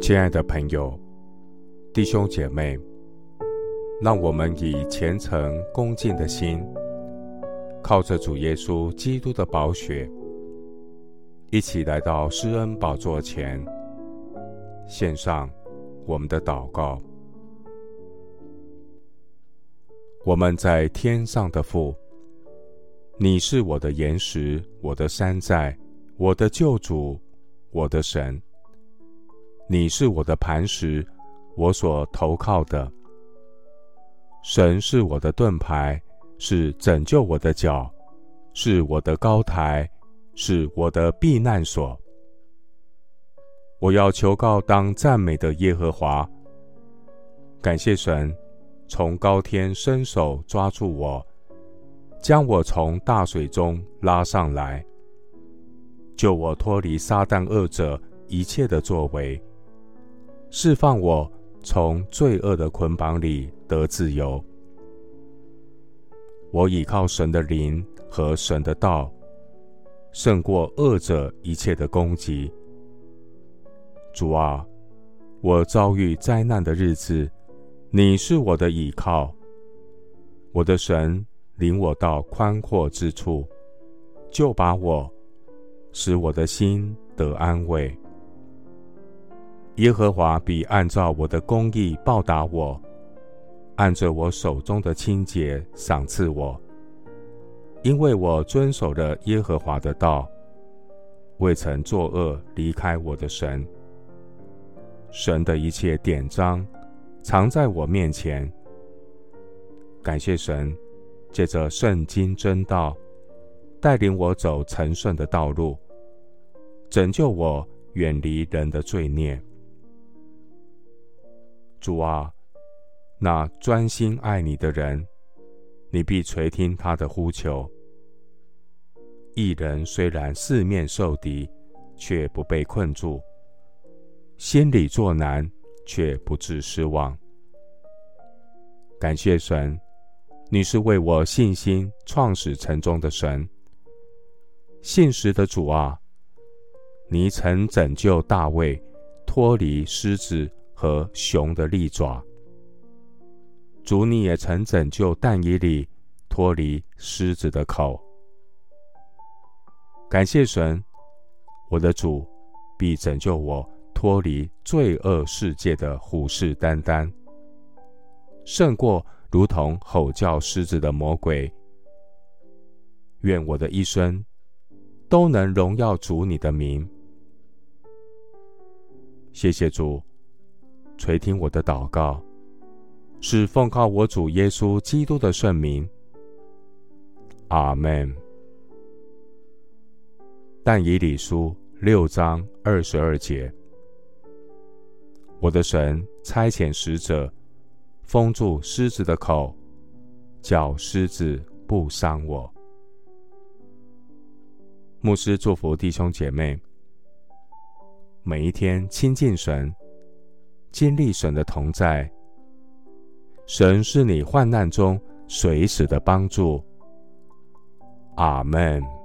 亲爱的朋友、弟兄姐妹，让我们以虔诚恭敬的心，靠着主耶稣基督的宝血，一起来到施恩宝座前，献上我们的祷告。我们在天上的父，你是我的岩石，我的山寨，我的救主，我的神。你是我的磐石，我所投靠的。神是我的盾牌，是拯救我的脚，是我的高台，是我的避难所。我要求告当赞美的耶和华。感谢神，从高天伸手抓住我，将我从大水中拉上来，救我脱离撒旦恶者一切的作为，释放我从罪恶的捆绑里得自由。我倚靠神的灵和神的道，胜过恶者一切的攻击。主啊，我遭遇灾难的日子，你是我的倚靠。我的神领我到宽阔之处，救拔我，使我的心得安慰。耶和华必按照我的公义报答我，按着我手中的清洁赏赐我，因为我遵守了耶和华的道，未曾作恶离开我的神。神的一切典章藏在我面前。感谢神，借着圣经真道，带领我走成顺的道路，拯救我远离人的罪孽。主啊，那专心爱你的人，你必垂听他的呼求。义人虽然四面受敌，却不被困住；心里作难，却不致失望。感谢神，你是为我信心创始成终的神。信实的主啊，你曾拯救大卫脱离狮子和熊的利爪。主，你也曾拯救但以理脱离狮子的口。感谢神，我的主必拯救我脱离罪恶世界的虎视眈眈，胜过如同吼叫狮子的魔鬼。愿我的一生都能荣耀主你的名。谢谢主垂听我的祷告，是奉靠我主耶稣基督的圣名。阿们。但以理书6章22节，我的神差遣使者封住狮子的口，叫狮子不伤我。牧师祝福弟兄姐妹，每一天亲近神，经历神的同在。神是你患难中随时的帮助。阿们。